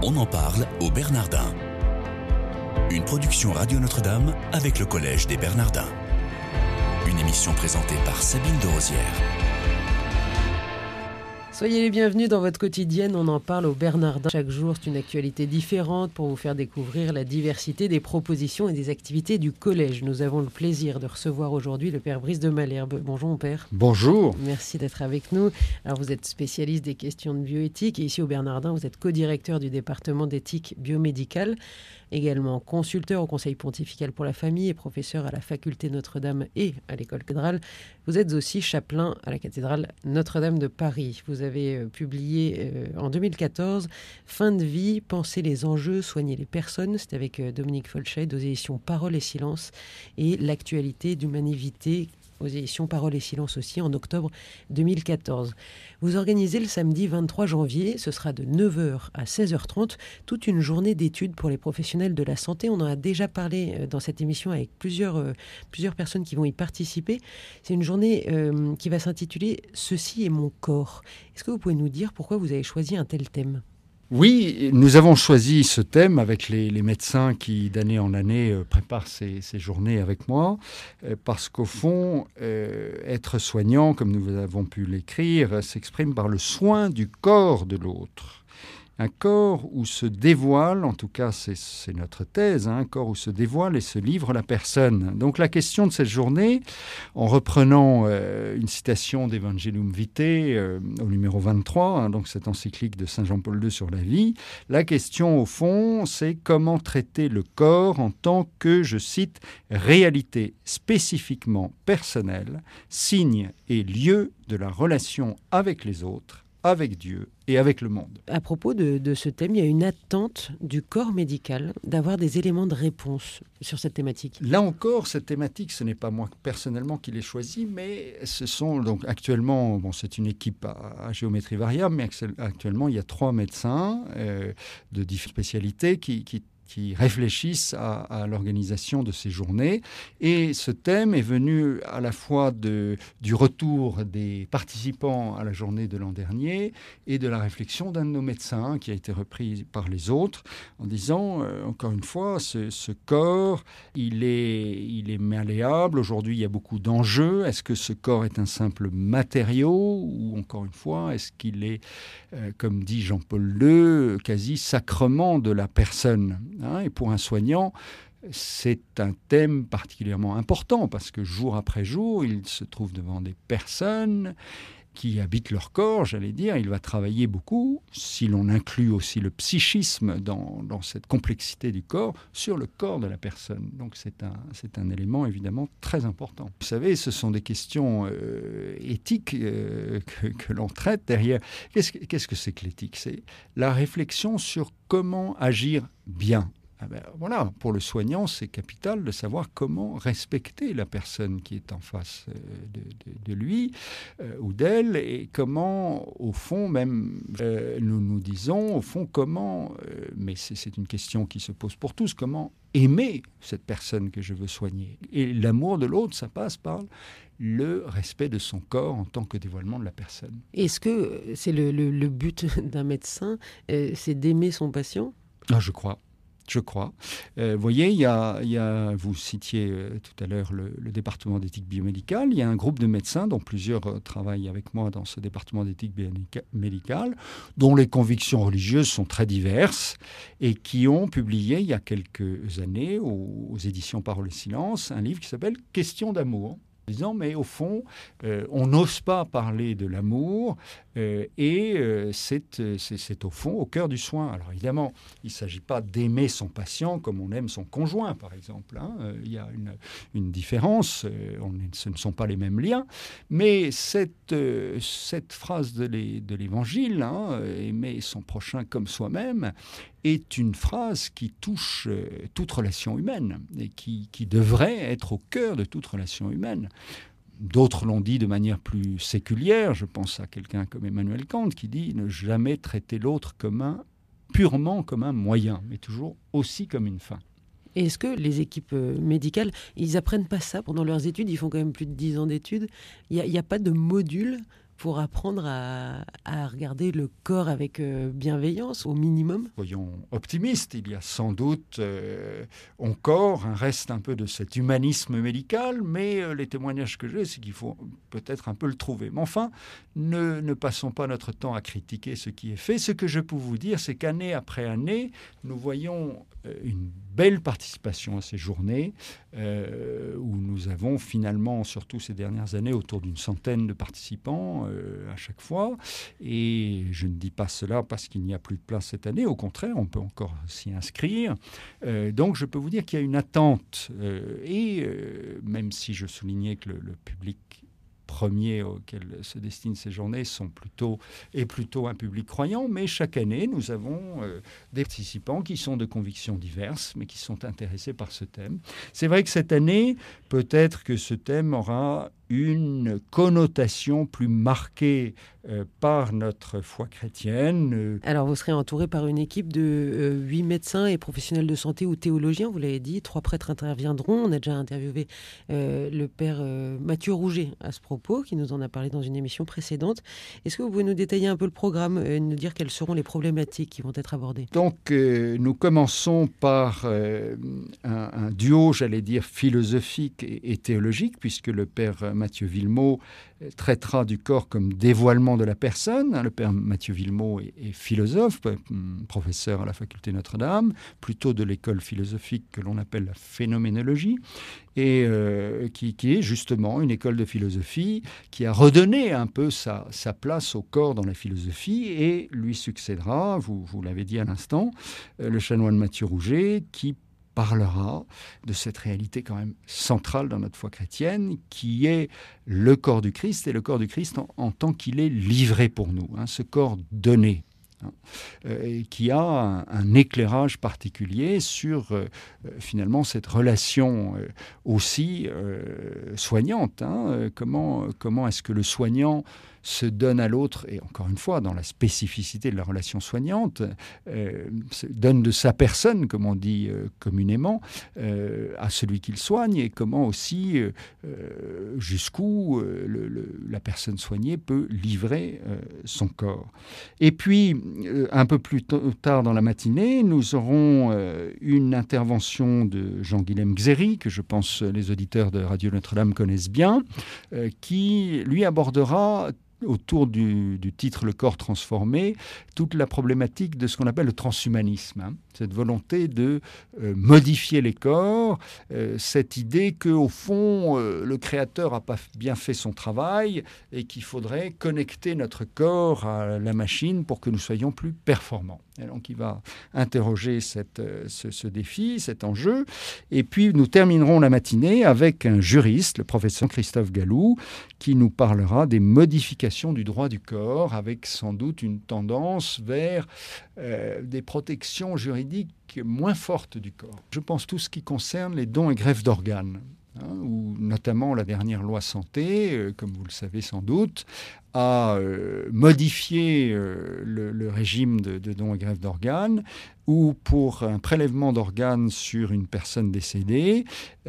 On en parle aux Bernardins. Une production Radio Notre-Dame avec le Collège des Bernardins. Une émission présentée par Sabine de Rosière. Soyez les bienvenus dans votre quotidienne, on en parle aux Bernardins. Chaque jour, c'est une actualité différente pour vous faire découvrir la diversité des propositions et des activités du collège. Nous avons le plaisir de recevoir aujourd'hui le père Brice de Malherbe. Bonjour mon père. Bonjour. Merci d'être avec nous. Alors vous êtes spécialiste des questions de bioéthique et ici au Bernardin, vous êtes co-directeur du département d'éthique biomédicale, également consulteur au Conseil pontifical pour la famille et professeur à la faculté Notre-Dame et à l'école cathédrale. Vous êtes aussi chapelain à la cathédrale Notre-Dame de Paris. Vous avez publié en 2014 « Fin de vie, penser les enjeux, soigner les personnes ». C'était avec Dominique Folchet aux éditions Parole et Silence et l'actualité d'humanité aux éditions Parole et Silence aussi en octobre 2014. Vous organisez le samedi 23 janvier, ce sera de 9h à 16h30, toute une journée d'études pour les professionnels de la santé. On en a déjà parlé dans cette émission avec plusieurs personnes qui vont y participer. C'est une journée qui va s'intituler « Ceci est mon corps ». Est-ce que vous pouvez nous dire pourquoi vous avez choisi un tel thème ? Oui, nous avons choisi ce thème avec les médecins qui, d'année en année, préparent ces journées avec moi, parce qu'au fond, être soignant, comme nous avons pu l'écrire, s'exprime par le soin du corps de l'autre. Un corps où se dévoile, en tout cas c'est notre thèse, un corps où se dévoile et se livre la personne. Donc la question de cette journée, en reprenant une citation d'Evangelium Vitae au numéro 23, donc cette encyclique de Saint Jean-Paul II sur la vie, la question au fond c'est comment traiter le corps en tant que, je cite, réalité spécifiquement personnelle, signe et lieu de la relation avec les autres, avec Dieu et avec le monde. À propos de ce thème, il y a une attente du corps médical d'avoir des éléments de réponse sur cette thématique. Là encore, cette thématique, ce n'est pas moi personnellement qui l'ai choisie, mais ce sont donc actuellement, c'est une équipe à géométrie variable, mais actuellement il y a 3 médecins de différentes spécialités qui réfléchissent à l'organisation de ces journées. Et ce thème est venu à la fois du retour des participants à la journée de l'an dernier et de la réflexion d'un de nos médecins qui a été repris par les autres en disant, encore une fois, ce corps, il est malléable. Aujourd'hui, il y a beaucoup d'enjeux. Est-ce que ce corps est un simple matériau ou, encore une fois, est-ce qu'il est, comme dit Jean-Paul II, quasi sacrement de la personne ? Et pour un soignant, c'est un thème particulièrement important parce que jour après jour, il se trouve devant des personnes qui habitent leur corps, j'allais dire. Il va travailler beaucoup, si l'on inclut aussi le psychisme dans cette complexité du corps, sur le corps de la personne. Donc c'est un élément évidemment très important. Vous savez, ce sont des questions éthiques que l'on traite derrière. Qu'est-ce que c'est que l'éthique ? C'est la réflexion sur comment agir bien. Voilà, pour le soignant, c'est capital de savoir comment respecter la personne qui est en face de lui ou d'elle et comment, au fond, même, nous disons, au fond, comment, mais c'est une question qui se pose pour tous, comment aimer cette personne que je veux soigner. Et l'amour de l'autre, ça passe par le respect de son corps en tant que dévoilement de la personne. Est-ce que c'est le but d'un médecin, c'est d'aimer son patient ? Je crois. Vous voyez, il y a, vous citiez tout à l'heure le département d'éthique biomédicale. Il y a un groupe de médecins dont plusieurs travaillent avec moi dans ce département d'éthique biomédicale, dont les convictions religieuses sont très diverses et qui ont publié il y a quelques années aux éditions Parole et Silence un livre qui s'appelle « Questions d'amour ». Disant, mais au fond, on n'ose pas parler de l'amour et c'est au fond au cœur du soin. Alors évidemment, il ne s'agit pas d'aimer son patient comme on aime son conjoint, par exemple. Il y a une différence, ce ne sont pas les mêmes liens, mais cette phrase de l'Évangile, aimer son prochain comme soi-même, est une phrase qui touche toute relation humaine et qui devrait être au cœur de toute relation humaine. D'autres l'ont dit de manière plus séculière. Je pense à quelqu'un comme Emmanuel Kant qui dit « Ne jamais traiter l'autre purement comme un moyen, mais toujours aussi comme une fin ». Et est-ce que les équipes médicales, ils apprennent pas ça pendant leurs études ? Ils font quand même plus de 10 ans d'études. Il n'y a pas de module pour apprendre à regarder le corps avec bienveillance au minimum? Soyons optimistes, il y a sans doute encore un reste un peu de cet humanisme médical, mais les témoignages que j'ai, c'est qu'il faut peut-être un peu le trouver. Mais enfin, ne passons pas notre temps à critiquer ce qui est fait. Ce que je peux vous dire, c'est qu'année après année, nous voyons une belle participation à ces journées où nous avons finalement, surtout ces dernières années, autour d'une centaine de participants à chaque fois. Et je ne dis pas cela parce qu'il n'y a plus de place cette année. Au contraire, on peut encore s'y inscrire. Donc, je peux vous dire qu'il y a une attente. Même si je soulignais que le public premier auquel se destinent ces journées est plutôt un public croyant, mais chaque année, nous avons des participants qui sont de convictions diverses, mais qui sont intéressés par ce thème. C'est vrai que cette année, peut-être que ce thème aura une connotation plus marquée par notre foi chrétienne. Alors, vous serez entouré par une équipe de 8 médecins et professionnels de santé ou théologiens, vous l'avez dit. 3 prêtres interviendront. On a déjà interviewé le père Mathieu Rouget à ce propos, qui nous en a parlé dans une émission précédente. Est-ce que vous pouvez nous détailler un peu le programme et nous dire quelles seront les problématiques qui vont être abordées? Donc, nous commençons par un duo, j'allais dire, philosophique et théologique, puisque le père Mathieu Villemot traitera du corps comme dévoilement de la personne. Le père Mathieu Villemot est philosophe, professeur à la faculté Notre-Dame, plutôt de l'école philosophique que l'on appelle la phénoménologie, et qui est justement une école de philosophie qui a redonné un peu sa place au corps dans la philosophie, et lui succédera, vous l'avez dit à l'instant, le chanoine Mathieu Rouget, qui parlera de cette réalité quand même centrale dans notre foi chrétienne, qui est le corps du Christ, et le corps du Christ en tant qu'il est livré pour nous, ce corps donné, et qui a un éclairage particulier sur finalement cette relation aussi soignante. Comment est-ce que le soignant se donne à l'autre, et encore une fois, dans la spécificité de la relation soignante, donne de sa personne, comme on dit communément, à celui qu'il soigne, et comment aussi, jusqu'où la personne soignée peut livrer son corps. Et puis, un peu plus tard dans la matinée, nous aurons une intervention de Jean-Guilhem Xéry, que je pense les auditeurs de Radio Notre-Dame connaissent bien, qui, lui, abordera autour du titre « Le corps transformé », toute la problématique de ce qu'on appelle le transhumanisme, cette volonté de modifier les corps, cette idée qu'au fond, le Créateur n'a pas bien fait son travail et qu'il faudrait connecter notre corps à la machine pour que nous soyons plus performants. Et donc, il va interroger ce défi, cet enjeu. Et puis, nous terminerons la matinée avec un juriste, le professeur Christophe Gallou, qui nous parlera des modifications du droit du corps, avec sans doute une tendance vers des protections juridiques moins fortes du corps. Je pense tout ce qui concerne les dons et greffes d'organes, où notamment la dernière loi santé, comme vous le savez sans doute, a modifié le régime de dons et greffes d'organes, où pour un prélèvement d'organes sur une personne décédée,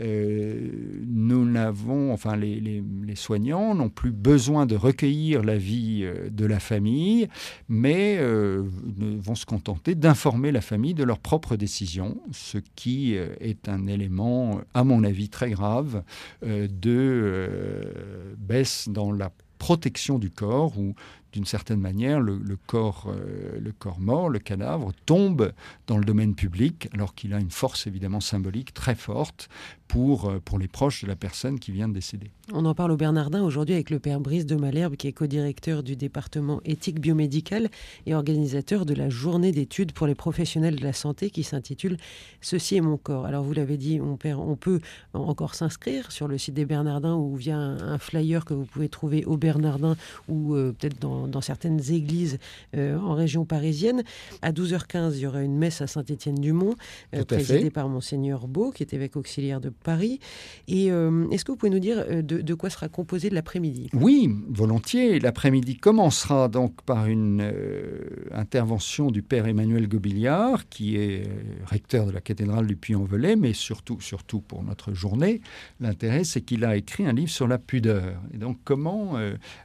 les soignants n'ont plus besoin de recueillir l'avis de la famille, mais vont se contenter d'informer la famille de leur propre décision, ce qui est un élément, à mon avis, très grave de baisse dans la protection du corps, où d'une certaine manière, le corps mort, le cadavre, tombe dans le domaine public, alors qu'il a une force évidemment symbolique très forte pour les proches de la personne qui vient de décéder. On en parle au Bernardin aujourd'hui avec le père Brice de Malherbe, qui est co-directeur du département éthique biomédicale et organisateur de la journée d'études pour les professionnels de la santé qui s'intitule « Ceci est mon corps ». Alors vous l'avez dit, on peut encore s'inscrire sur le site des Bernardins ou via un flyer que vous pouvez trouver au Bernardin ou peut-être dans certaines églises en région parisienne. À 12h15, il y aura une messe à Saint-Étienne-du-Mont, présidée par Monseigneur Beau, qui est évêque auxiliaire de Paris. Et est-ce que vous pouvez nous dire de quoi sera composé l'après-midi ? Oui, volontiers. L'après-midi commencera donc par une intervention du père Emmanuel Gobiliard, qui est recteur de la cathédrale du Puy-en-Velay, mais surtout pour notre journée, l'intérêt, c'est qu'il a écrit un livre sur la pudeur. Et donc, comment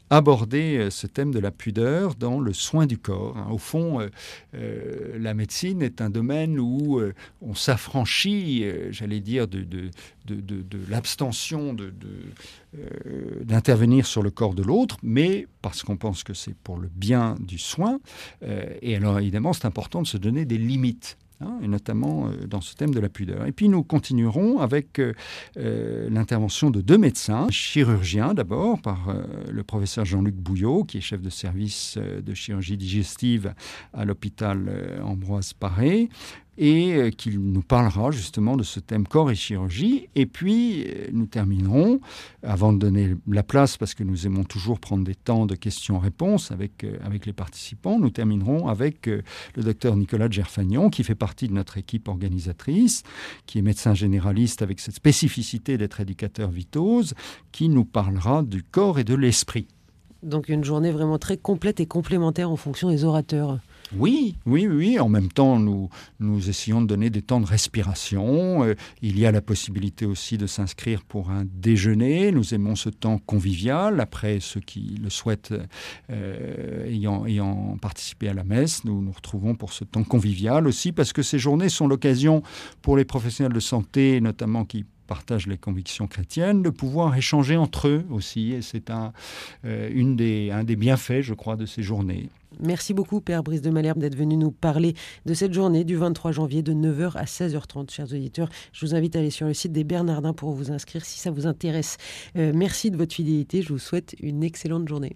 aborder ce thème de la pudeur dans le soin du corps. Au fond, la médecine est un domaine où on s'affranchit, j'allais dire, de l'abstention d'intervenir sur le corps de l'autre, mais parce qu'on pense que c'est pour le bien du soin. Et alors, évidemment, c'est important de se donner des limites. Et notamment dans ce thème de la pudeur. Et puis nous continuerons avec l'intervention de 2 médecins, chirurgiens d'abord, par le professeur Jean-Luc Bouillot, qui est chef de service de chirurgie digestive à l'hôpital Ambroise Paré, et qui nous parlera justement de ce thème corps et chirurgie. Et puis, nous terminerons, avant de donner la place, parce que nous aimons toujours prendre des temps de questions-réponses avec les participants, nous terminerons avec le docteur Nicolas Gerfagnon, qui fait partie de notre équipe organisatrice, qui est médecin généraliste avec cette spécificité d'être éducateur vitose, qui nous parlera du corps et de l'esprit. Donc une journée vraiment très complète et complémentaire en fonction des orateurs. Oui. En même temps, nous essayons de donner des temps de respiration. Il y a la possibilité aussi de s'inscrire pour un déjeuner. Nous aimons ce temps convivial. Après, ceux qui le souhaitent, ayant participé à la messe, nous nous retrouvons pour ce temps convivial aussi, parce que ces journées sont l'occasion pour les professionnels de santé, notamment qui partagent les convictions chrétiennes, de pouvoir échanger entre eux aussi. Et c'est un des bienfaits, je crois, de ces journées. Merci beaucoup, Père Brice de Malherbe, d'être venu nous parler de cette journée du 23 janvier de 9h à 16h30. Chers auditeurs, je vous invite à aller sur le site des Bernardins pour vous inscrire si ça vous intéresse. Merci de votre fidélité. Je vous souhaite une excellente journée.